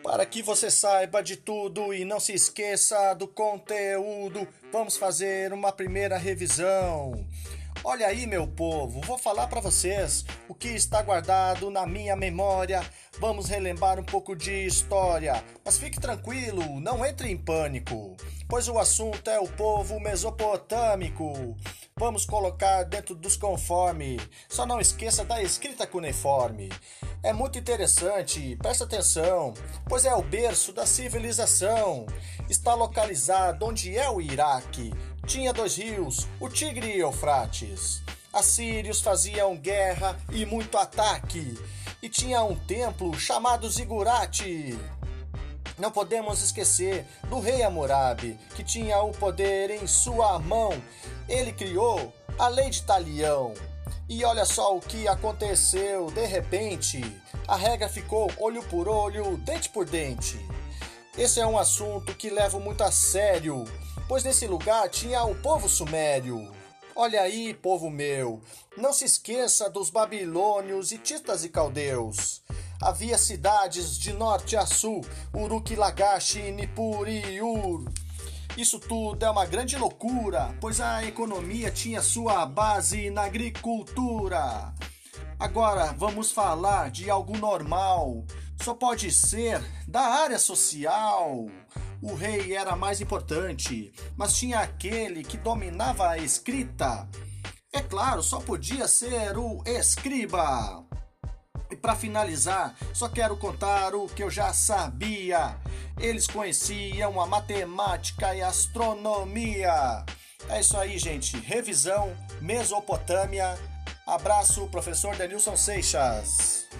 Para que você saiba de tudo e não se esqueça do conteúdo, vamos fazer uma primeira revisão. Olha aí, meu povo, vou falar para vocês o que está guardado na minha memória. Vamos relembrar um pouco de história, mas fique tranquilo, não entre em pânico, pois o assunto é o povo mesopotâmico. Vamos colocar dentro dos conforme, só não esqueça da escrita cuneiforme. É muito interessante, presta atenção, pois é o berço da civilização. Está localizado onde é o Iraque. Tinha 2 rios, o Tigre e Eufrates. Assírios faziam guerra e muito ataque. E tinha um templo chamado Zigurate. Não podemos esquecer do rei Hammurabi, que tinha o poder em sua mão. Ele criou a lei de Talião. E olha só o que aconteceu, de repente, a regra ficou olho por olho, dente por dente. Esse é um assunto que levo muito a sério, pois nesse lugar tinha o povo sumério. Olha aí, povo meu, não se esqueça dos babilônios, hititas e caldeus. Havia cidades de norte a sul, Uruk, Lagash, Nippur e Ur. Isso tudo é uma grande loucura, pois a economia tinha sua base na agricultura. Agora vamos falar de algo normal, só pode ser da área social. O rei era mais importante, mas tinha aquele que dominava a escrita. É claro, só podia ser o escriba. E para finalizar, só quero contar o que eu já sabia. Eles conheciam a matemática e a astronomia. É isso aí, gente. Revisão, Mesopotâmia. Abraço, professor Denilson Seixas.